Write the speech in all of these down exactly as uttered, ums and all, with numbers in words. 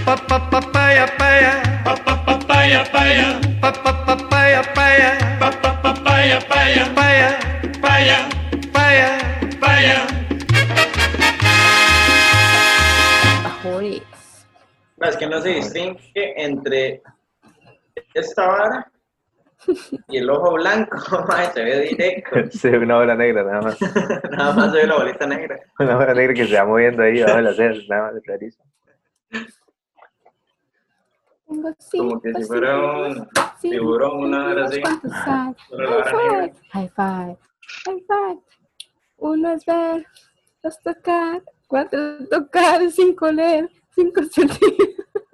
Papaya, paya, papaya, paya, papaya, paya, papaya, paya, paya, paya, paya, paya. Ajoy. Es que no se distingue entre esta vara y el ojo blanco, mae, se ve directo. Se ve una bola negra, nada más. Nada más se ve la bolita negra. Una bola negra que se va moviendo ahí abajo de las cejas, nada más, es clarísimo. Tengo Como que si fuera un sí, tiburón, una hora así. ¿cuántos hay? Pero la vara negra. High five, high five. Uno es ver, dos tocar, cuatro es tocar, cinco leer, cinco sentir.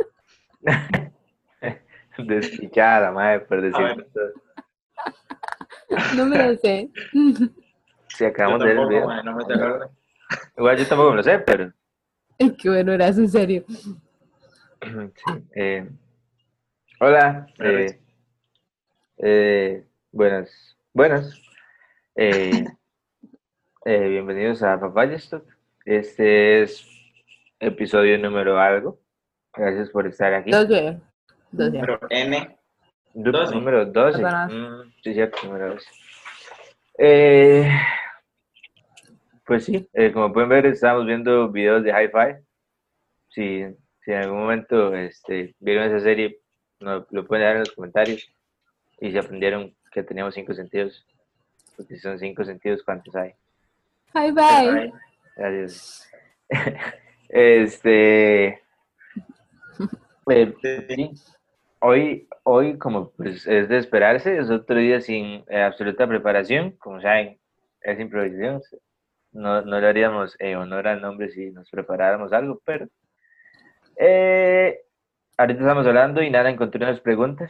Desdichada, madre, por A decir ver. esto. No me lo sé. Si Yo acabamos de ver el tampoco, video. mae, no me te acuerdas. Igual yo tampoco me lo sé, pero... Qué bueno eras, en serio. Sí, eh, hola, eh, eh, buenas, buenas, eh, eh, bienvenidos a Papaya Stock. Este es episodio número algo. Gracias por estar aquí. Doce. Doce. Número N. Du- doce. Número doce. Perdona. Mm, sí, cierto, número doce. Eh, pues sí, eh, como pueden ver, estamos viendo videos de Hi-Fi. Si, si en algún momento este, vieron esa serie, no, lo pueden dar en los comentarios. Y se aprendieron que teníamos cinco sentidos. Porque si son cinco sentidos, ¿cuántos hay? Bye bye. Ay, Gracias. Este. eh, sí. Hoy, hoy, como pues es de esperarse, es otro día sin eh, absoluta preparación. Como saben, es improvisación. No, no le haríamos eh, honor al nombre si nos preparáramos algo, pero. Eh, ahorita estamos hablando y nada, encontré unas preguntas.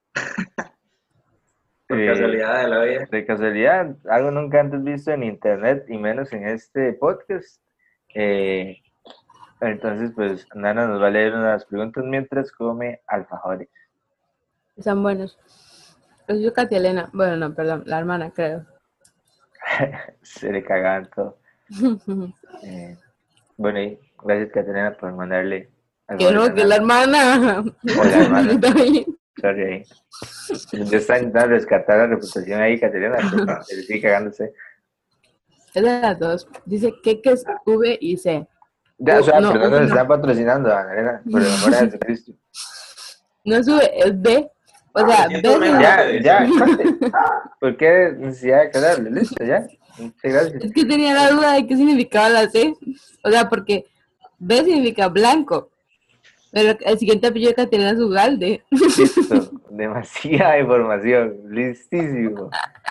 por Eh, casualidad de la vida. De casualidad, algo nunca antes visto en internet y menos en este podcast. Eh, entonces, pues, Nana nos va a leer unas preguntas mientras come alfajores. Están buenos. Pues yo, Katia Elena. Bueno, no, perdón, la hermana, creo. Se le cagaban todo. Eh, bueno, y gracias, Catalina, por mandarle Que no, alfajores a que la Nana. hermana. Hola, hermana. Está bien. Sorry, ahí. Yo estaba intentando rescatar la reputación ahí, Catalina, pero se le sigue cagándose. Es de las dos. Dice que que es V y C. Ya, o sea, No, pero no V nos no. está patrocinando, Ana Elena, por el amor a Jesucristo. No es V, es B. O Ah, sea, me B siento mejor. significa- Ya, ya, corte. ¿Por qué necesidad de aclararlo? Listo, ya. Muchas gracias. Es que tenía la duda de qué significaba la C. O sea, porque B significa blanco. Pero el siguiente apellido de Caterina es Ugalde. Listo. Demasiada información. Listísimo.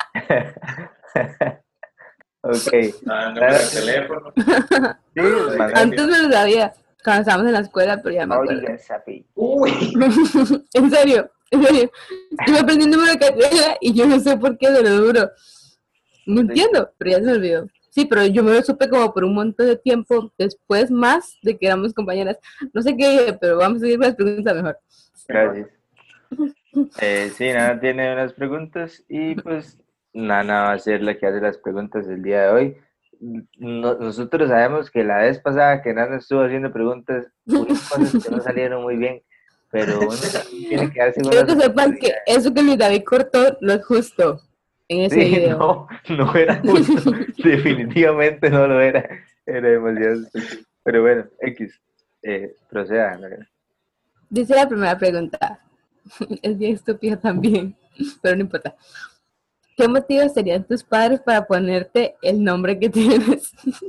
Ok. Ah, el número de teléfono. Sí, mandar- Antes me lo sabía. Cuando estábamos en la escuela, pero ya me acuerdo. Oiga, sapi. Uy. En serio, en serio. Yo me aprendí el número de Caterina y yo no sé por qué de lo duro. No entiendo, pero ya se me olvidó. Sí, pero yo me lo supe como por un montón de tiempo después, más de que éramos compañeras. No sé qué dije, pero vamos a seguir con las preguntas mejor. Gracias. Eh, sí, Nana tiene unas preguntas y pues Nana va a ser la que hace las preguntas el día de hoy. No- nosotros sabemos que la vez pasada que Nana estuvo haciendo preguntas, hubo cosas que no salieron muy bien, pero uno también tiene que darse Quiero buenas que sepan que eso que Luis David cortó no es justo en ese Sí, video. no, no era justo, definitivamente no lo era, era demasiado estúpido. Pero bueno, X, eh, proceda, Mariana. Dice la primera pregunta. Es bien estúpida también, pero no importa. ¿Qué motivos tenían tus padres para ponerte el nombre que tienes?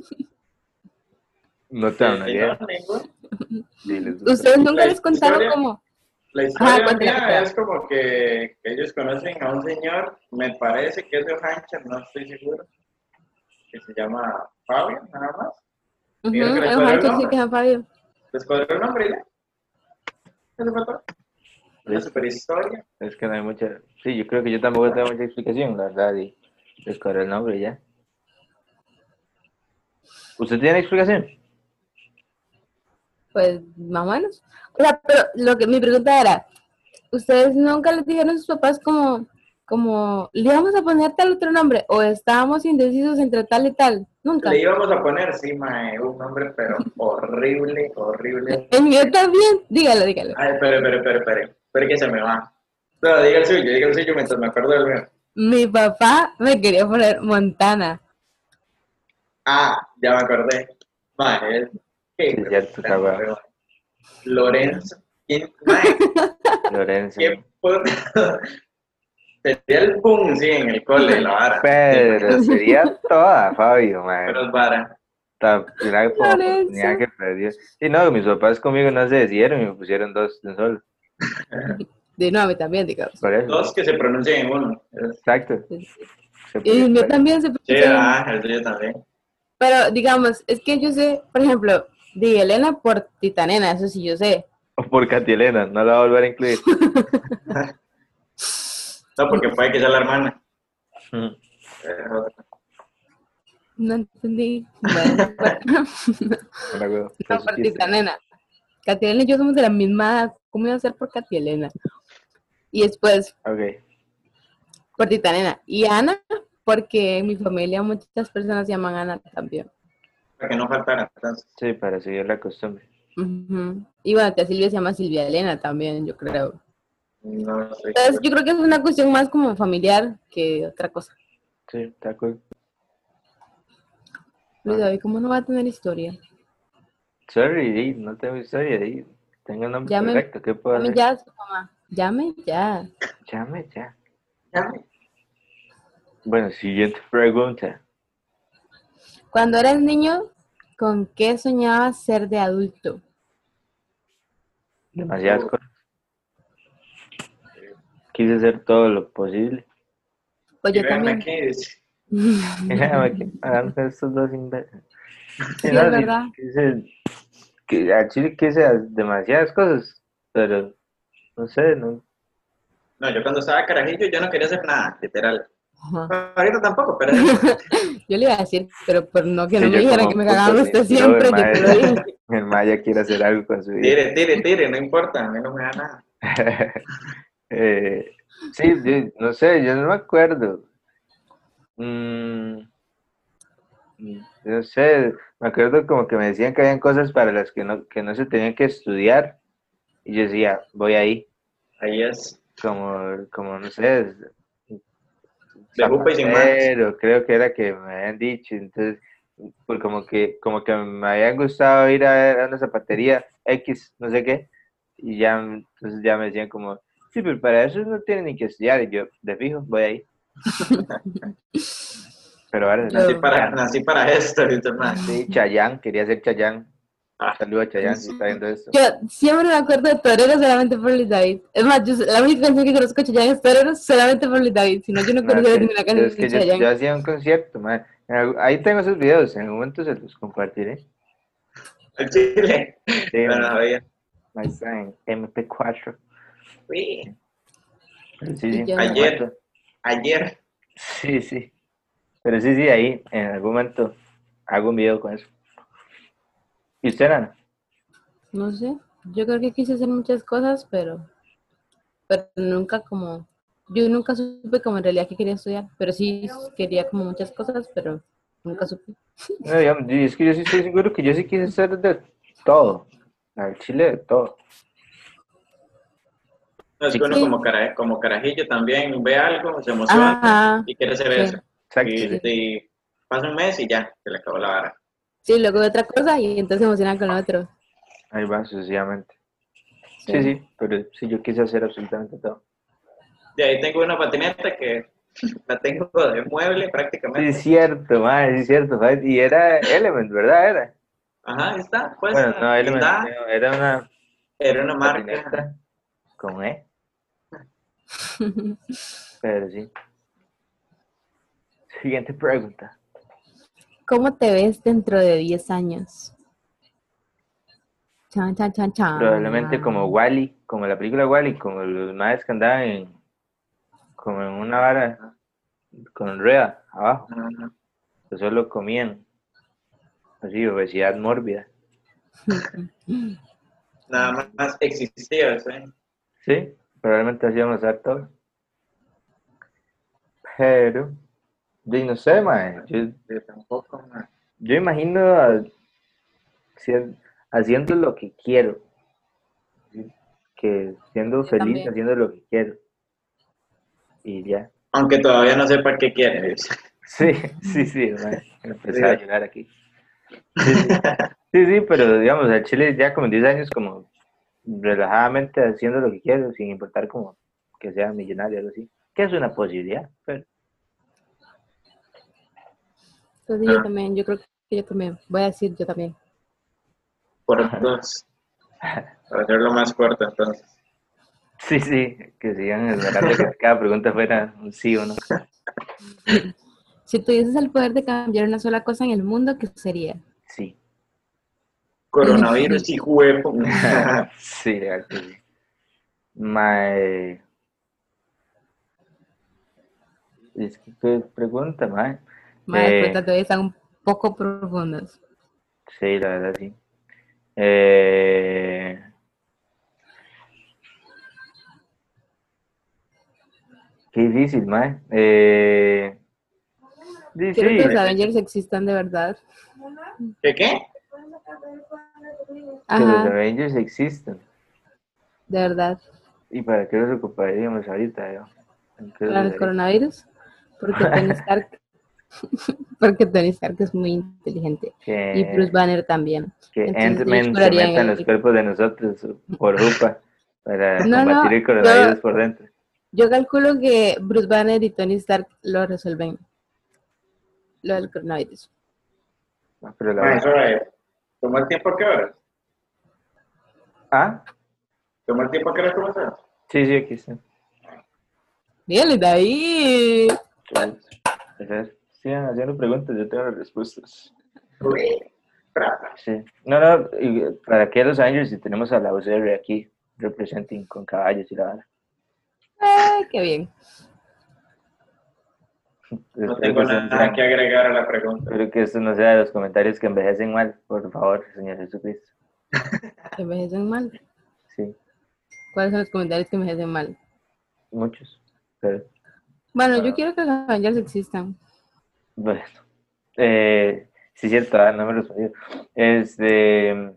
No te Sí, una idea. no, ningún. Diles, doctor. ¿Ustedes nunca La les contaron historia- cómo? La historia Ajá, cuéntala, mía cuéntala. es como que, que ellos conocen a un señor, me parece que es de Ojancha, no estoy seguro, que se llama Fabio, nada más. Ujú, Dijeron que les es cuadró el Juancho, sí nombre. que es Fabio. Les cuadró el nombre y ya. Eso fue todo. Una super historia. Es que no hay mucha, sí, yo creo que yo tampoco tengo mucha explicación, la verdad, y les corre el nombre y ya. ¿Usted tiene explicación? Pues, más o menos. O sea, pero lo que mi pregunta era, ¿ustedes nunca les dijeron a sus papás como, como, le íbamos a poner tal otro nombre, o estábamos indecisos entre tal y tal, nunca. Le íbamos a poner, sí, mae, un nombre, pero horrible, horrible. El mío también, dígalo, dígalo. Ay, espere, espere, espere, espere, espere que se me va. No, diga el suyo, diga el suyo mientras me acuerdo del mío. Mi papá me quería poner Montana. Ah, ya me acordé. Mae, es... Sí, es cierto, cabrón. Lorenzo. ¿Quién? Mae, Lorenzo. ¿qué puta? Sería el boom, sí, en el cole, la vara. Pero sería toda, Fabio, man. Pero es vara. La primera oportunidad que perdió. Sí, no, mis papás conmigo no se decidieron y me pusieron dos de un solo. De nuevo, a mí también, digamos. Por eso. Dos que se pronuncian en uno. Exacto. Se Y el mío también se Sí, pronuncia. ah, el suyo también. Pero, digamos, es que yo sé, por ejemplo, de Elena por Titanena, eso sí yo sé. O por Katy Elena, no la voy a volver a incluir. No, porque puede que sea la hermana. Mm. Eh, otra. No entendí. Bueno, No la veo. no, por Titanena. Katy Elena y yo somos de la misma edad. ¿Cómo iba a ser por Katy Elena? Y después, Ok. por Titanena. Y Ana, porque en mi familia muchas personas se llaman Ana también. Para que no faltara, entonces. Sí, para seguir la costumbre. Uh-huh. Y bueno, tía Silvia se llama Silvia Elena también, yo creo. No sé. Entonces, yo creo que es una cuestión más como familiar que otra cosa. Sí, está cool. Luis David, ¿cómo no va a tener historia? Sorry, di, no tengo historia ahí. Tengo el nombre Llame, correcto. ¿Qué puedo llame hacer? ya a su mamá. Llame ya. Llame ya. Llame. Bueno, siguiente pregunta. Cuando eras niño, ¿con qué soñabas ser de adulto? Demasiadas cosas. Quise hacer todo lo posible. Pues Y yo véanme también. aquí, dice. Hagan estos dos imbéciles. Sí, es verdad. Quise, que a Chile quise demasiadas cosas, pero no sé, no. No, yo cuando estaba carajillo yo no quería hacer nada, literal. Ajá. Ahorita tampoco, pero Yo le iba a decir, pero por no que Sí, no me yo dijeran como que me puto cagaban sin usted flow, siempre, el yo te mae- lo dije. El Maya quiere hacer algo con su vida. tire, tire, tire, no importa, a mí no me da nada. Eh, sí, yo- no sé, yo no me acuerdo. Mm, no sé, me acuerdo como que me decían que habían cosas para las que no, que no se tenían que estudiar y yo decía, voy ahí, Ahí es. como, como no sé, De jupa y sin más. zapatero, creo que era que me habían dicho, entonces, pues como que, como que me habían gustado ir a, ver a una zapatería X, no sé qué, y ya, entonces ya me decían como, sí, pero para eso no tienen ni que estudiar, y yo, de fijo, voy ahí. Pero ahora Yo- Nací para, nací para esto, dice el man. sí, Chayán, quería ser Chayán. Ah, Saludos a Chayán si está viendo esto. Yo siempre me acuerdo de Torero solamente por Luis David. Es más, yo, la única canción que conozco de Chayanne es Torero solamente por Luis David. Si no, yo no No, conocía es que- ninguna pero canción es que de yo, Chayanne. yo hacía un concierto, man. En algún- Ahí tengo esos videos, en algún momento se los compartiré. el chile. Sí, Pero man, no había. ahí está en eme pe cuatro. Uy, Pero sí, Y sí, yo- me Ayer. acuerdo. ayer. Sí, sí. Pero sí, sí, ahí, en algún momento hago un video con eso. ¿Y usted, Ana? No sé, yo creo que quise hacer muchas cosas, pero, pero nunca como, yo nunca supe como en realidad que quería estudiar, pero sí quería como muchas cosas, pero nunca supe. No, digamos, yo- es que yo sí estoy seguro que yo sí quise ser de todo. Al chile de todo. No, es que Sí. uno como, cara, como carajillo también ve algo, se emociona Ajá, y quiere hacer sí. eso. Exacto. Y, sí. y pasa un mes y ya, se le acabó la vara. Sí, luego otra cosa y entonces se emociona con lo otro. Ahí va sucesivamente. Sí, sí, pero sí, yo quise hacer absolutamente todo. De ahí tengo una patineta que la tengo de mueble Sí, prácticamente. es cierto, madre, sí, es cierto. madre. Y era Element, ¿verdad? Era. Ajá, ahí está, pues. Bueno, no, Element, guindada. no, era una Era una marca. patineta con E, pero sí. Siguiente pregunta. ¿Cómo te ves dentro de diez años? Chan, chan, chan, chan. Probablemente como Wall-E, como la película Wall-E, como los madres que andaban en, como en una vara con rueda abajo, Ajá. que solo comían, así, obesidad mórbida. Nada más existía, ¿sí? Sí, probablemente así vamos a estar todo. Pero, yo no sé, mae. Yo, Yo tampoco, mae. yo imagino a- si- haciendo lo que quiero. ¿Sí? Que siendo Yo feliz también. haciendo lo que quiero. Y ya. Aunque todavía no sepa qué quiere. Sí, sí, sí, mae. Empecé a Sí. llorar aquí. Sí, sí. Sí, sí, pero digamos, al Chile ya como diez años como relajadamente haciendo lo que quiero, sin importar como que sea millonario o algo así. Que es una posibilidad, pero Entonces yo también, yo creo que yo también. Voy a decir yo también. Por dos. Para hacerlo más corto, entonces. sí, sí, que sigan esperando que cada pregunta fuera un sí o no. Si tuvieses el poder de cambiar una sola cosa en el mundo, ¿qué sería? Sí. Coronavirus y huevo. sí, legal que sí. Mae. Es que qué pregunta, mae. Más las Eh, preguntas todavía están un poco profundas. sí, la verdad sí. Eh, qué difícil, mae. Eh, sí, Quiero sí. que los Avengers existan de verdad. ¿Qué qué? Que los Ajá, Avengers existen. de verdad. ¿Y para qué los ocuparíamos ahorita, yo? ¿En qué los Para el usaría? coronavirus. Porque Tony Stark, porque Tony Stark es muy inteligente. Y Bruce Que, Banner también. que Entonces ellos Ant-Man se curarían meta en los el... cuerpos de nosotros por jupa para No, combatir no, el coronavirus yo, por dentro. yo calculo que Bruce Banner y Tony Stark lo resuelven. Lo del coronavirus. No, pero la Mae, verdad. suave. ¿Tomó el tiempo a qué horas? Ah, ¿Tomó el tiempo a qué horas comenzó? sí, sí, aquí está. Bien, David. Entonces, sigan haciendo preguntas, yo tengo las respuestas. Uy, trapa. Sí. No, no, y para qué los Avengers si tenemos a la U C R aquí representing con caballos y la vara. Ay, qué bien. No Espero tengo que esto no nada sea- que agregar a la pregunta. espero que esto no sea de los comentarios que envejecen mal, por favor, Señor Jesucristo. Que envejecen mal. Sí, ¿Cuáles son los comentarios que envejecen mal? muchos. Pero, Bueno, yo ah, quiero que los Avengers existan. bueno, eh, sí, cierto, ah, no me respondió. Este,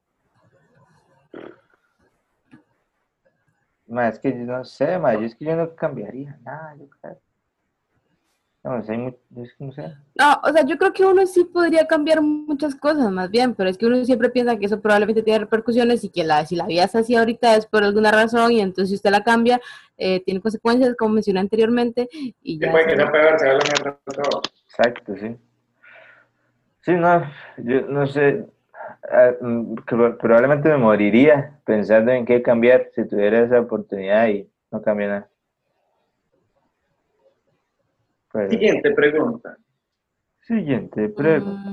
ma, es que yo no sé, ma, yo es que yo no cambiaría nada, yo creo. No, sé, mu- es que no sé. No, o sea, yo creo que uno sí podría cambiar muchas cosas, más bien, pero es que uno siempre piensa que eso probablemente tiene repercusiones y que la, si la vida es así ahorita es por alguna razón y entonces si usted la cambia, eh, tiene consecuencias, como mencioné anteriormente, y Que ya. puede que sea peor, se va a la mierda todo. Exacto, sí. Sí, no, yo no sé, ah, mm, que- probablemente me moriría pensando en qué cambiar si tuviera esa oportunidad y no cambio nada. Pero, Siguiente pregunta. siguiente pregunta.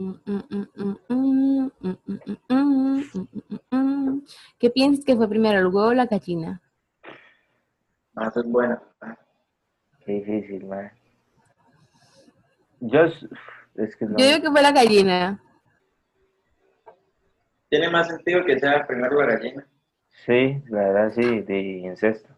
¿Qué piensas que fue primero, el huevo o la gallina? No, eso es bueno. Qué difícil, man. Yo, s- es que no. Yo digo que fue la gallina. Tiene más sentido que sea primero la gallina. Sí, la verdad sí, de incesto.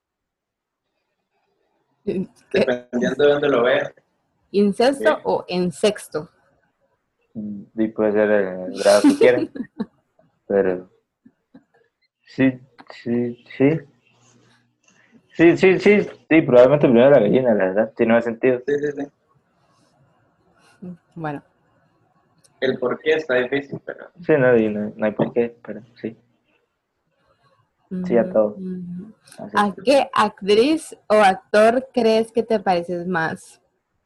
¿Qué? Dependiendo de dónde lo veas. ¿Incesto Sí. o ensexto? Y puede ser el grado que quieran. Pero, sí, sí, sí. Sí, sí, sí, sí, probablemente primero la gallina, la verdad, tiene más sentido. Sí, sí, sí. Bueno. El por qué está difícil, pero Sí, no, y no, no hay por qué, pero sí. Sí, a todo. Mm, Así. ¿A qué actriz o actor crees que te pareces más?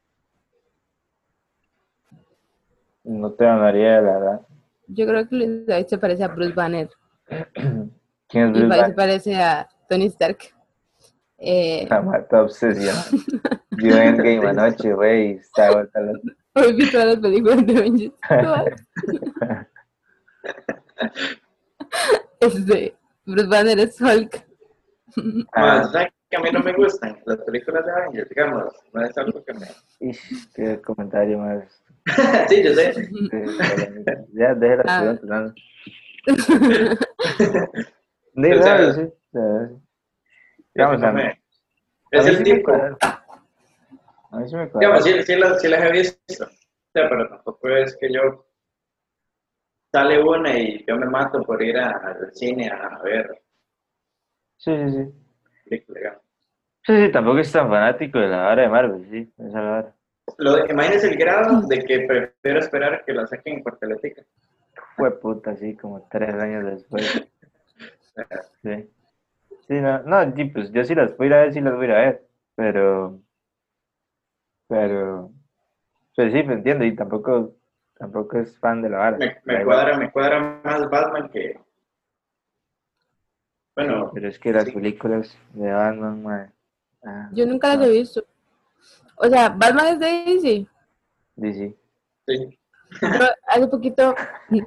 No te ganaría, la verdad. Yo creo que Luis David se parece a Bruce Banner ¿Quién es y Bruce Faye se Banner? parece a Tony Stark. Eh, La mata obsesión. Vio Endgame anoche, güey, y está vuelta loca. hoy vi todas las películas de Avengers. Todas. Este, Bruce Banner es Hulk. más, Ah, ¿sabes que a mí no me gustan las películas de Avengers? Digamos, no es algo que me... ish, qué comentario más. Sí, yo sé. eh, Ya, deje las Ah. preguntas, ¿no? O De sea, verdad, sí. eh, eso Digamos, no a mí- me... a Es mí el sí me tipo, cuadra. A mí sí me Digamos, cuadra. sí, sí, las, sí las he visto. O sea, pero tampoco es que yo sale una y yo me mato por ir a- al cine a ver Sí, sí, sí. películas, digamos. Sí, sí, tampoco es tan fanático de la vara de Marvel, sí, esa es la vara. Lo de, imagínese el grado de que prefiero esperar que la saquen en Corteletica. Fue puta, sí, como tres años después. Sí. Sí, no, no, sí, pues yo sí las voy a ir a ver, sí las voy a ir a ver, pero, pero, pues sí, me entiendo, y tampoco, tampoco es fan de la vara, Me, da me igual. cuadra, me cuadra más Batman que, Sí, bueno, pero es que las sí, películas de Batman, mae, ah, Yo nunca las he no, visto. O sea, Batman es de D C. sí, sí. sí. Yo hace poquito,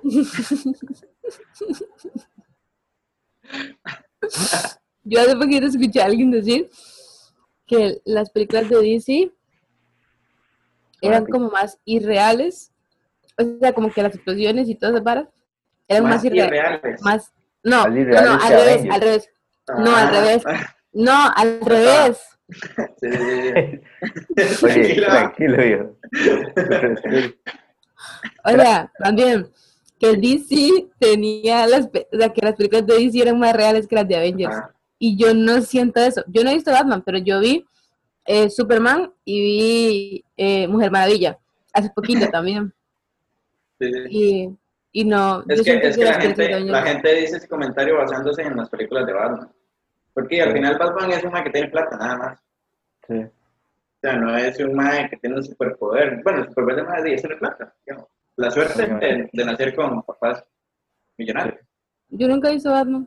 yo hace poquito escuché a alguien decir que las películas de D C Son eran así. como más irreales. O sea, como que las explosiones y todas esas varas eran más Más irreales. irreales. Más, no, Más no, no, irreales que al revés, al Avengers. revés. No, al Ah, revés. No, al ah, revés. sí, sí, sí. Oye, Tranquila. tranquilo, viejo. Respire. O sea, también que D C tenía las, pe- o sea, que las películas de D C eran más reales que las de Avengers. Ajá, Y yo no siento eso. Yo no he visto Batman, pero yo vi eh, Superman y vi eh, Mujer Maravilla hace poquito también. sí, sí. Y, y no, Es yo que, siento es que que la las películas de gente, la Avengers. gente dice ese comentario basándose en las películas de Batman. Porque al Sí, final Batman es un man que tiene plata, nada más. sí. O sea, no es un man que tiene un superpoder. Bueno, el superpoder de man es de plata, digamos. La suerte Básicamente. de, de nacer con papás millonarios. Yo nunca he visto Batman.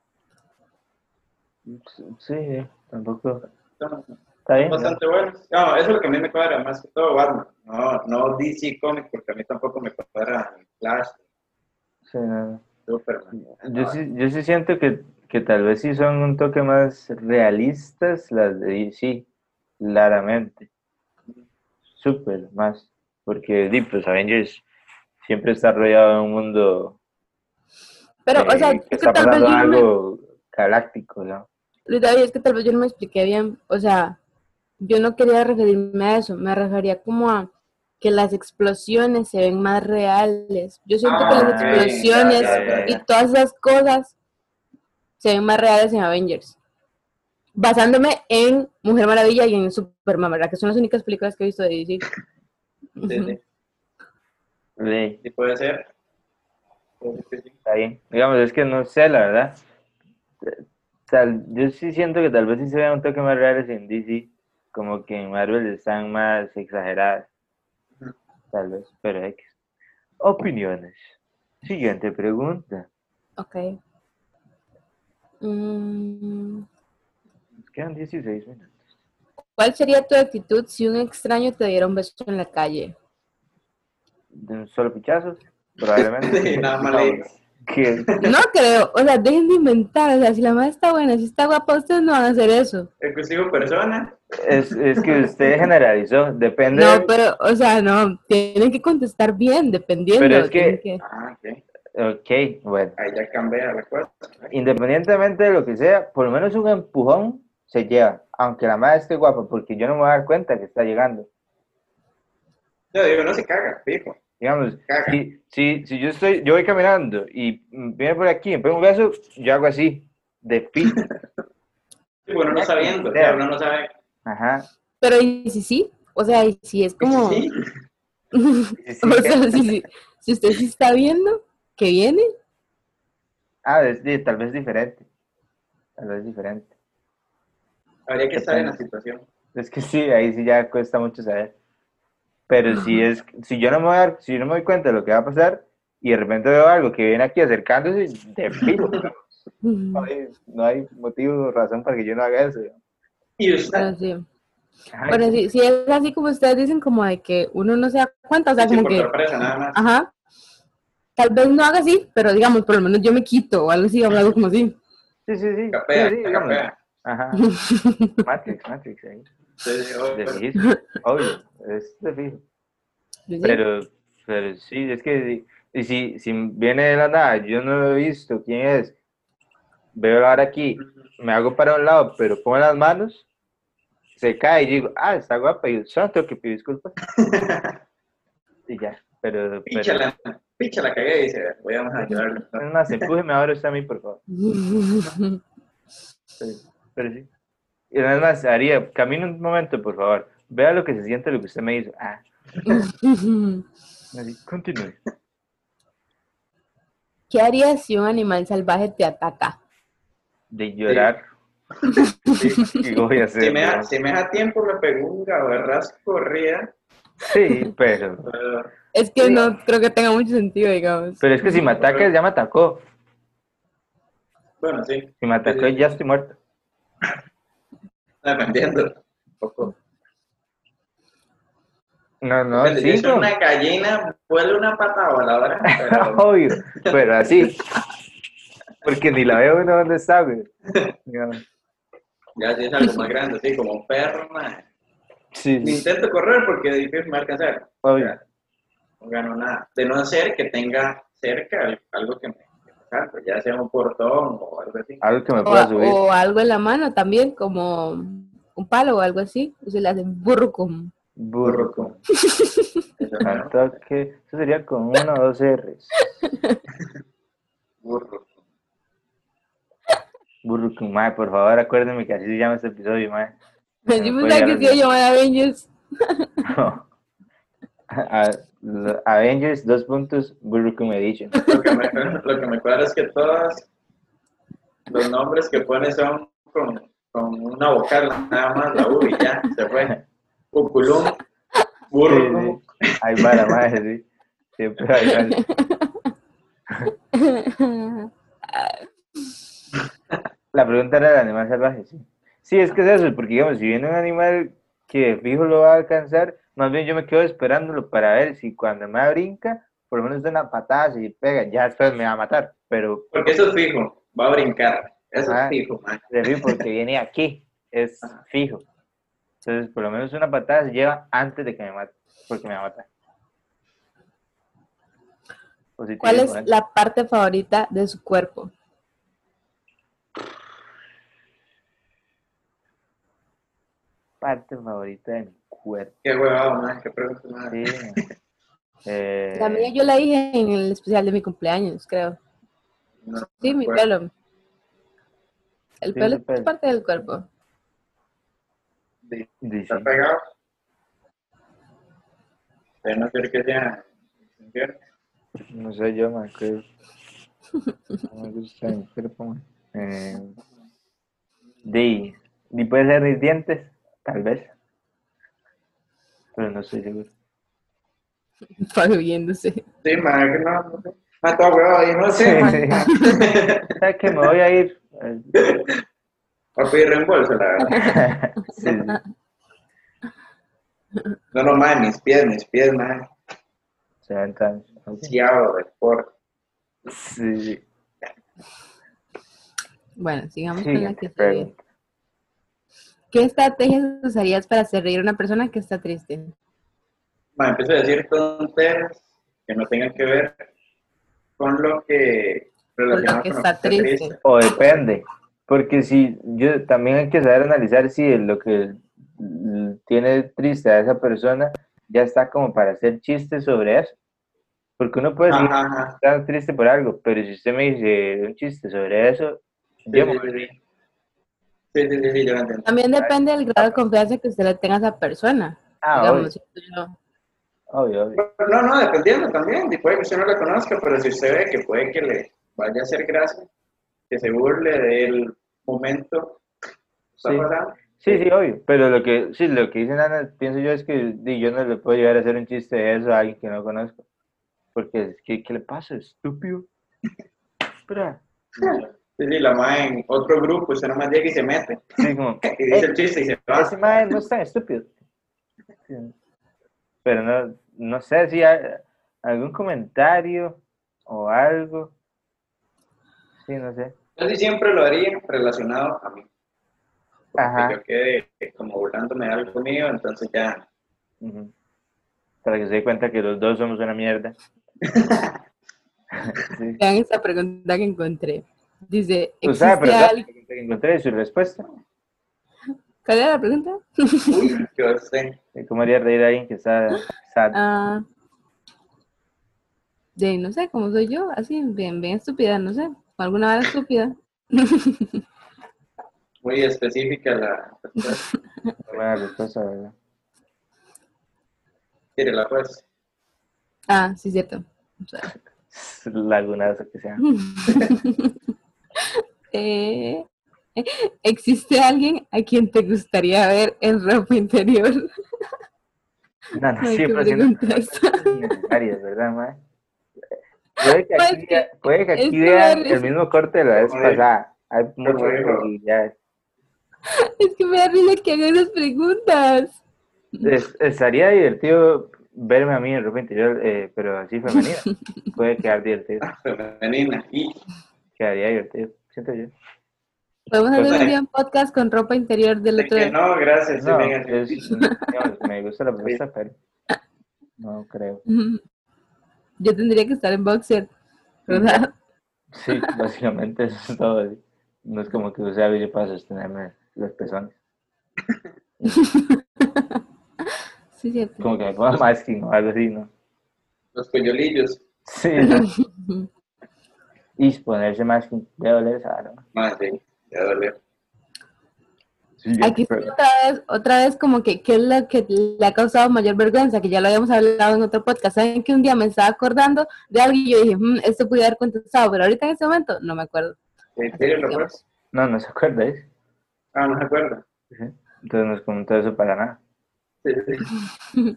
Sí, sí, tampoco. Son, Está son bien, ¿no? bastante buenos. No, eso es lo que a mí me cuadra, más que todo Batman. No, no D C Comics, porque a mí tampoco me cuadra Flash, Sí, no. Superman. Yo No, sí, yo sí siento que, que tal vez sí son un toque más realistas las de D C, claramente. Súper más. Porque di, pues Avengers siempre está rodeado de un mundo Pero, o sea, eh, que es que está tal vez pasando yo no me, algo galáctico, ¿no? Luis David, es que tal vez yo no me expliqué bien. O sea, yo no quería referirme a eso, me refería como a que las explosiones se ven más reales. Yo siento que las ah, ok, Ah, ya, explosiones ya, ya, ya, y ya. ya. todas esas cosas se ven más reales en Avengers. Basándome en Mujer Maravilla y en Superman, ¿verdad? Que son las únicas películas que he visto de D C. Sí, Ujú. sí, Sí, sí puede ser. Sí, sí, sí. está bien. Digamos, es que no sé, la verdad. Tal, yo sí siento que tal vez sí se vean un toque más reales en D C, como que en Marvel están más exageradas, tal vez, pero X. Opiniones. Siguiente pregunta. Ok. Mm, Nos quedan dieciséis minutos. ¿Cuál sería tu actitud si un extraño te diera un beso en la calle? De un solo pichazo, probablemente. Sí, nada más le Digamos, que No creo, o sea, dejen de inventar, o sea, si la madre está buena, si está guapa, ustedes no van a hacer eso. exclusivo persona. es, es que usted generalizó, depende No, del- pero, o sea, no, tienen que contestar bien, pero es dependiendo, tienen que, que... Ah, ok. ok, bueno, Ahí ya cambia la cosa. independientemente de lo que sea, por lo menos un empujón se lleva, aunque la madre esté guapa, porque yo no me voy a dar cuenta que está llegando. Yo digo, no se caga, fijo. Digamos, Caga. si, si, si yo estoy, yo voy caminando y mm, viene por aquí, me pega un beso, yo hago así, de fijo, Sí, bueno, no sea quien sabiendo, o sea, sea. uno no sabe. Ajá. Pero, ¿y si sí? O sea, ¿y si es Y sí, como... sí. Sí, O sí, ¿qué? sea, si, si, si usted sí está viendo que viene, Ah, es, de- tal vez diferente, tal vez diferente. Habría que estar en la Depende. situación. Es que sí, ahí sí ya cuesta mucho saber. Pero si es, si yo no me voy a dar- si yo no me doy cuenta de lo que va a pasar y de repente veo algo que viene aquí acercándose, de fijo. No hay, no hay motivo o razón para que yo no haga eso. Y usted, bueno, sí. Ajá, Bueno, sí, si es así como ustedes dicen, como de que uno no se da cuenta, o sea, sí, sí, como por que, sorpresa, nada más. ajá, tal vez no haga así, pero digamos, por lo menos yo me quito o algo así, o algo como así. sí, sí, sí, sí, Capea, sí, digamos. capea. Ajá, Matrix, Matrix, ahí. Sí, sí, De obvio. fijísimo, obvio, es de fijo. Sí, sí. Pero, pero sí, es que y si, si viene de la nada, yo no lo he visto, ¿quién es? Veo ahora aquí, me hago para un lado, pero pongo las manos, se cae y digo, ah, está guapa, y yo solo tengo que pedir disculpas. Y ya, pero... Picha pero la, picha la cagué y dice, voy a ayudarle. es más, empújeme ahora usted a mí, por favor. Pero, pero sí. Y nada más, haría, camine un momento, por favor. Vea lo que se siente lo que usted me hizo. Ah, así, continúe. ¿Qué harías si un animal salvaje te ataca? De llorar. Sí. ¿Qué voy a hacer? Si me, da, ¿no? si me da tiempo, me pegó un gabarrasco corrida. Sí, pero... Pero, Es que no creo que tenga mucho sentido, digamos. Pero es que si me ataca, ya me atacó. bueno, sí. Si me atacó, Sí, sí. ya estoy muerto. Dependiendo. Un poco. No, no, Depende, si sí, es no. una gallina, vuelve una pata voladora. Pero, Obvio, pero así. Porque ni la veo uno dónde está, güey. Digamos. ya si es algo más grande, así como un perro, man. Sí, Ni sí, intento correr porque es difícil me alcanzar. obvio. No gano nada. De no ser que tenga cerca algo que me, que me salve, ya sea un portón o algo así. Algo que me O, pueda subir. o algo en la mano también, como un palo o algo así. Y se le hace burro con... Burro. Burro. Eso, ¿no? Al toque. Eso sería con uno o dos R's. Burro. Burro con mae, por favor, acuérdenme que así se llama este episodio, mae. Yo No puedo pensaba llegar que a se iba a llamar Avengers. No. A- lo- Avengers, dos puntos, Burro con Edition. Lo que me, lo que me cuadra es que todos los nombres que pone son con, con una vocal, nada más la U y ya, se fue. Uculum, burro. Sí, sí. Ahí va la madre, sí. Siempre ahí va. La pregunta era el animal salvaje, sí. Sí, es que es eso, porque digamos, si viene un animal que fijo lo va a alcanzar, más bien yo me quedo esperándolo para ver si cuando me brinca, por lo menos da una patada, si pega, ya después me va a matar, pero Porque eso es fijo, va a brincar. Eso Ah. es fijo, man. de fijo porque viene aquí, es Ajá. fijo. Entonces, por lo menos una patada se lleva antes de que me mate, porque me va a matar. Positivismo, ¿Cuál es ¿eh? la parte favorita de su cuerpo? Parte favorita de mi cuerpo. Qué huevado, man. Qué pregunta, man. Sí. Eh, La mía yo la dije en el especial de mi cumpleaños, creo. No, Sí, no mi acuerdo. pelo. El Sí, pelo tu pelo. es parte del cuerpo. Sí, sí, está sí. pegado. Pero no quiero que sea. ¿Cierto? No sé yo, man, que no me gusta mi cuerpo, man. Eh, di, di puede ser mis dientes, tal vez, pero no estoy seguro. Pablo viéndose. Sí, man, que no, no sé. Ah, todo huevado, y no sé, man. ¿Sabes que me voy a ir? Eh, Va a pedir reembolso, la verdad. sí, sí. No, no, man, mis pies, mis pies, man. setenta años. ok. Demasiado de sport. Sí, sí. Bueno, sigamos con la Siguiente que sigue. pregunta. ¿Qué estrategias usarías para hacer reír a una persona que está triste? Man, empiezo a decir tonteras que no tengan que ver con lo que relacionado que con lo está que triste. O depende, porque si yo también hay que saber analizar si lo que l- tiene triste a esa persona ya está como para hacer chistes sobre eso. Porque uno puede seguir Ajá, ajá. estando triste por algo, pero si usted me dice un chiste sobre eso, Sí, yo sí, me sí, sí. Sí, sí, sí, sí, yo lo entiendo. También depende del grado de confianza que usted le tenga a esa persona. Ah, Digamos, si yo- obvio, obvio. No, no, dependiendo también. Y puede que usted no la conozca, pero si usted ve que puede que le vaya a hacer gracia, que se burle del momento que está Sí. pasando. Sí, sí, obvio, pero lo que, sí, lo que dicen Ana, pienso yo es que di, yo no le puedo llegar a hacer un chiste de eso a alguien que no conozco, porque es que, ¿qué le pasa, estúpido? Espera, Sí, sí, la más en otro grupo, usted nomás llega y se mete. sí, como, Y dice "Eh, el chiste y se va. ese mae no es tan estúpido". Sí. Pero no, no sé si hay algún comentario o algo, sí, no sé. Casi siempre lo haría relacionado a mí. Porque Ajá. yo quedé como burlándome de algo mío, entonces ya. Ujú. Para que se dé cuenta que los dos somos una mierda. Sí. Vean esta pregunta que encontré. Dice, Usted sabe, ¿existe pero la alguien? pregunta que encontré su respuesta. ¿Cuál era la pregunta? Uy, yo sé. ¿Cómo haría reír a alguien que está sad? Ah, de no sé, cómo soy yo, así, bien, bien estúpida, no sé, alguna vara estúpida. Muy específica la respuesta. Buena respuesta, ¿verdad? Tírela pues. Ah, sí, cierto. O sea, Lagunazo que sea. eh, ¿existe alguien a quien te gustaría ver en ropa interior? No, no, Ay, qué siempre haciendo pregunta esta. preguntas innecesarias, ¿verdad, mae? Puede que Pues aquí, que puede que aquí esto me da vean el risa. mismo corte de la vez Como dijo- pasada. Hay como muchas dijo- posibilidades. Es que me da risa que hagan las preguntas. Es- estaría divertido verme a mí en ropa interior, eh, pero así femenina. Puede quedar divertido. Femenina. Y Quedaría divertido, siento yo. Podemos hacer cosa un de, día un podcast con ropa interior del de que otro. no, gracias. Sí, No, venga, es, sí. digamos, me gusta la propuesta, pero no creo. Yo tendría que estar en boxer, ¿verdad? Sí, básicamente eso es todo. ¿Sí? No es como que use algo yo para sostenerme los pezones. Sí, cierto. Como que me ponga masking o algo así, ¿no? Los coyolillos. Sí, ¿no? Y ponerse masking debe doler esa vara, ¿no? Más de, ya dolió. Aquí está otra vez, otra vez como que qué es lo que le ha causado mayor vergüenza, que ya lo habíamos hablado en otro podcast. Saben que un día me estaba acordando de algo y yo dije, mmm, esto pude haber contestado, pero ahorita en este momento no me acuerdo. Sí, tírelo pues. No, no se acuerda, ¿eh? Ah, no se acuerda. Sí. Entonces no es comentó eso para nada. Sí, sí.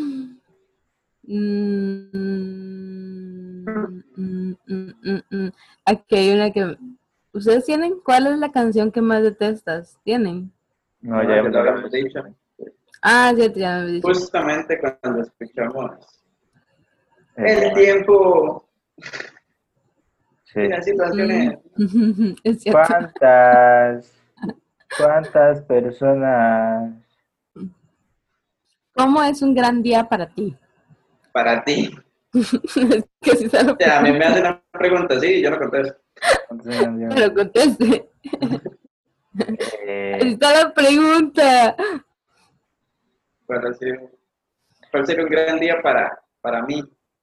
Mm, mm, mm, mm, mm. Aquí hay una que... ¿Ustedes tienen? ¿Cuál es la canción que más detestas? ¿Tienen? No, No, ya ya hemos lo hablado. habíamos dicho. Ah, cierto, ya me había dicho. Justamente cuando escuchamos Eh, el tiempo sí. y las situaciones. Mm, es cierto. ¿Cuántas, cuántas personas? ¿Cómo es un gran día para ti? Para ti. Es que si se lo O sea, a mí me hacen una pregunta así y yo no contesto. ¿Cuántas personas? pero conteste. Eh, Ahí está la pregunta. ¿Cuál sería, cuál sería un gran día para, para mí?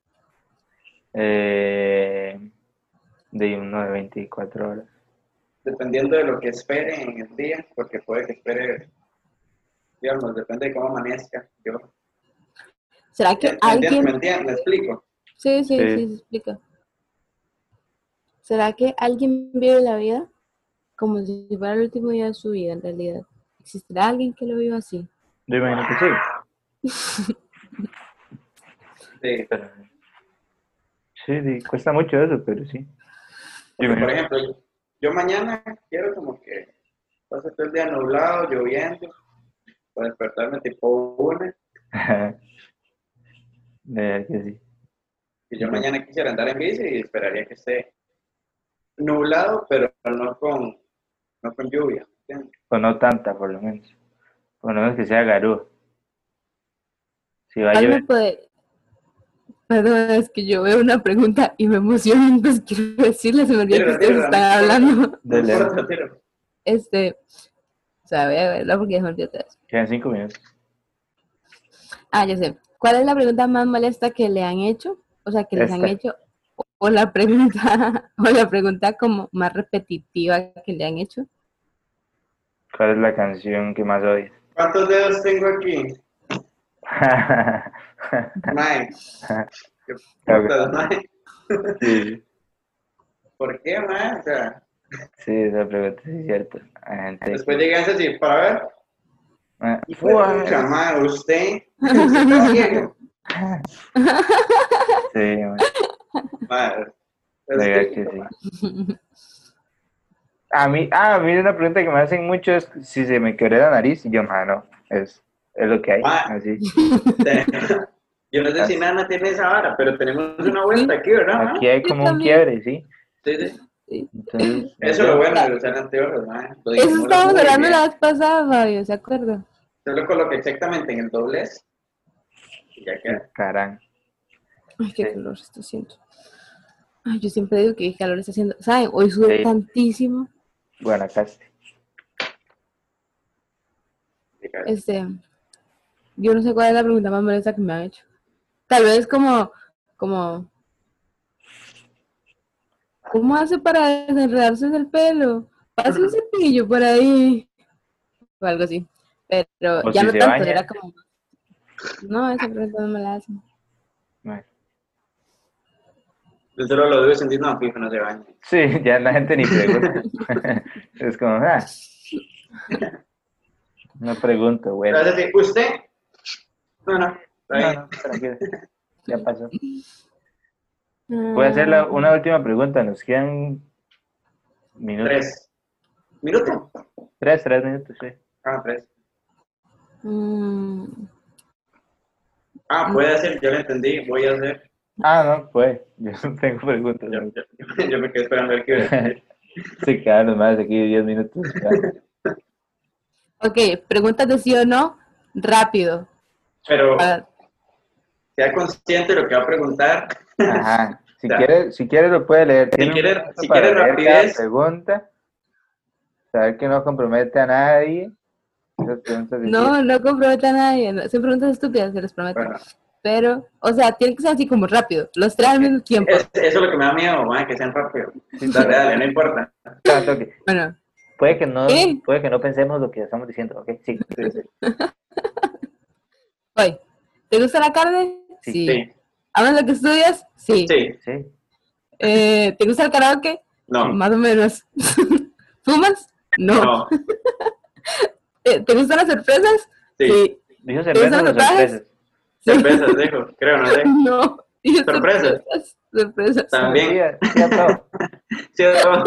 eh, de uno de veinticuatro horas. Dependiendo de lo que espere en el día, porque puede que espere, digamos, depende de cómo amanezca. Yo, ¿Será que ¿me entiendes? ¿Me alguien... entiendes? ¿Me explico? Sí, sí, Sí. sí, se explica. ¿Será que alguien vive la vida como si fuera el último día de su vida en realidad? ¿Existirá alguien que lo viva así? Yo imagino que sí. Sí. Pero, sí, sí, cuesta mucho eso, pero sí. Yo Porque, por imagino- ejemplo, yo mañana quiero como que pase todo el día nublado, lloviendo, para despertarme tipo una, De verdad que sí. y yo mañana quisiera andar en bici y esperaría que esté nublado, pero no con, no con lluvia, ¿entiendes? O no tanta, por lo menos. Por lo menos que sea garúa. Si va a ¿Cuál me llover, puede...? Perdón, es que yo veo una pregunta y me emociono, entonces quiero decirles, se me olvidó que Tíralo, ustedes tíralo, están no importa. hablando. No Dele. importa, tíralo. Este, o sea, voy a verlo porque se me olvidó otra vez. quedan cinco minutos. Ah, ya sé. ¿Cuál es la pregunta más molesta que le han hecho? O sea, que les han Esta. hecho. O, o la pregunta, o la pregunta como más repetitiva que le han hecho. ¿Cuál es la canción que más odias? ¿Cuántos dedos tengo aquí? Mike. ¿Qué putas, Mike? Sí, ¿Por qué, Mike? O sea, sí, esa pregunta sí es cierta. Hay gente después llegué a decir, para ver, Ah, hijo de ¡fua! pucha, Mike, usted está ciego. Sí, man, Mike, de verdad que sí. A mí, ah, a mí una pregunta que me hacen mucho es si se me quebró la nariz y yo, mano, es, es lo que hay, Ah. así. Yo no sé si Nana tiene esa vara, pero tenemos una vuelta aquí, ¿verdad? Aquí hay Yo como un también. quiebre, ¿sí? Sí, sí. Sí. Entonces, Eso es lo bueno de usar anteojos, Mike. Lo Eso dijimos estábamos muy hablando bien. la vez pasada, Fabio, ¿se acuerda? Yo lo coloqué exactamente en el doblez y ya queda. Ay, carán. qué Sí. calor está haciendo. Ay, yo siempre digo que qué calor está haciendo. ¿Saben? Hoy sube Sí. tantísimo. Guanacaste. explicar. Este, yo no sé cuál es la pregunta más molesta que me han hecho. Tal vez como, como, ¿cómo hace para desenredarse el pelo? Pasa un cepillo por ahí. O algo así. Pero O ya si no se tanto, baña. era como, no, esa pregunta no me la hacen. Bueno. Yo solo lo digo sentido, no, fijo, no se baña. Sí, ya la gente ni pregunta. Es como, ah, no pregunto, bueno. Pero es decir, ¿usted? No, no, está No, bien. no, tranquilo. Ya pasó. Voy a hacer la- una última pregunta. Nos quedan minutos. Tres. ¿Minuto? Tres, tres minutos, sí. Ah, tres. Mm, Ah, puede ser, yo lo entendí, voy a hacer. Ah, no, pues. Yo no tengo preguntas. Yo, ¿no? yo, yo me quedé esperando a ver qué iba a decir. Se quedan los más aquí diez minutos. Ya. ok, preguntas de sí o no, rápido. Pero Para- sea consciente de lo que va a preguntar. Ajá. Si O sea, quiere, si quiere lo puede leer. Si Tiene un quiere- minuto si para quiere leer rapidez. cada pregunta. Saber que no compromete a nadie. Esas preguntas de sí. No, no compromete a nadie. no- Son preguntas estúpidas, se les prometo. Bueno, Pero, o sea, tiene que ser así como rápido. Los tres al mismo tiempo. es- eso es lo que me da miedo, man, que sean rápidos. Dale, dale, no importa. Claro, toque. Bueno, Puede que no, ¿Qué? puede que no pensemos lo que estamos diciendo, ¿ok? Sí. Sí, sí. voy. ¿Te gusta la carne? Sí. Sí. Sí, ¿Amas lo que estudias? Sí. sí, Sí. Eh, ¿Te gusta el karaoke? no, Más o menos. ¿Fumas? No. no, Eh, ¿Te gustan las sorpresas? sí. Dijo ¿Te cerveza gustan o los tatuajes? sorpresas. Sí. Cervezas, dijo, creo, no sé. No. Dije ¿Sorpresas? sorpresas. Sorpresas. También. Sí, a- sí a todo. ¿Sí o no?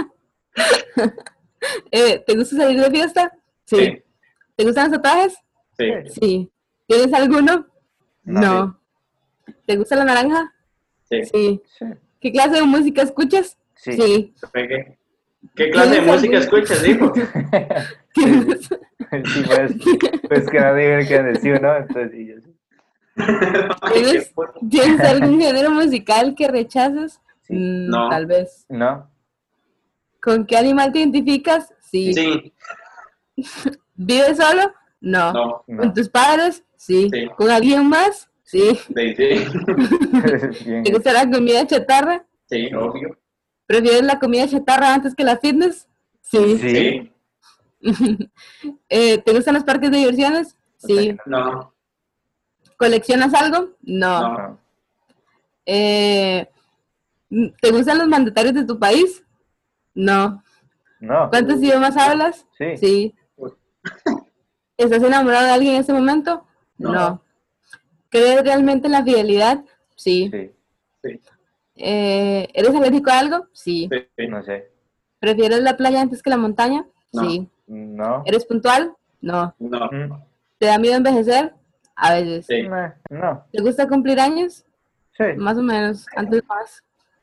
Eh, ¿Te gusta salir de fiesta? Sí. Sí, ¿Te gustan los tatuajes? sí. Sí. ¿Tienes alguno? No. No. ¿Te gusta la naranja? Sí. Sí. Sí. ¿Qué clase de música escuchas? Sí. Sí. ¿Qué, ¿Qué clase de ¿Tienes música algún- escuchas, dijo? ¿Tienes, Sí, pues, pues que nadie ve que decir o no, entonces sí, yo sí. Ay, qué ¿tienes, puto. ¿tienes algún género musical que rechazas? Sí. Mm, No. Tal vez. No, ¿Con qué animal te identificas? Sí. Sí, ¿Vives solo? No. no, no. ¿Con tus padres? Sí. Sí. ¿Con alguien más? Sí. sí, sí. Bien. ¿Te gusta la comida chatarra? Sí, obvio. ¿Prefieres la comida chatarra antes que la fitness? Sí. Sí. Sí, Eh, ¿Te gustan los parques de diversiones? Sí. no, ¿Coleccionas algo? No. no, No. Eh, ¿Te gustan los mandatarios de tu país? No. No. ¿Cuántos idiomas hablas? Sí. Sí. ¿Estás enamorado de alguien en este momento? No. No. ¿Crees realmente en la fidelidad? Sí. Sí. sí, Eh, ¿Eres alérgico a algo? Sí. sí, sí. No sé. ¿Prefieres la playa antes que la montaña? No. Sí. No. ¿Eres puntual? No. No, Mm, ¿Te da miedo envejecer? A veces. sí, nah, No. ¿Te gusta cumplir años? Sí. Más o menos, antes más.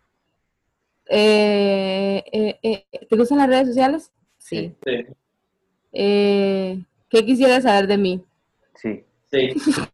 Eh, eh, eh, ¿Te gustan las redes sociales? Sí. sí, Eh, ¿Qué quisieras saber de mí? Sí. sí.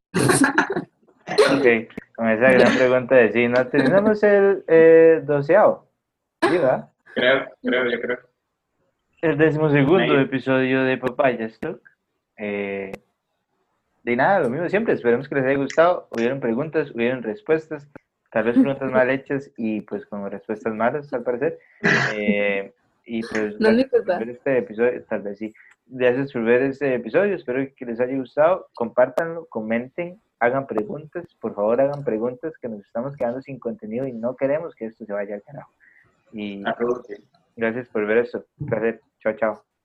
Ok. Con esa gran pregunta de sí, ¿no? Terminamos el eh, doceavo. Sí, ¿verdad? Creo, creo, yo creo. El decimosegundo Ahí. episodio de Papaya Stock. Eh, de nada, lo mismo siempre. Esperemos que les haya gustado. Hubieron preguntas, hubieron respuestas. Tal vez preguntas mal hechas y pues con respuestas malas, al parecer. Eh, y pues No es mi gracias por culpa. ver este episodio. Tal vez sí. Gracias por ver este episodio. Espero que les haya gustado. Compártanlo, comenten, hagan preguntas. Por favor, hagan preguntas, que nos estamos quedando sin contenido y no queremos que esto se vaya al carajo. Y Ah, creo que sí. gracias por ver esto. Un placer. Chao, chao.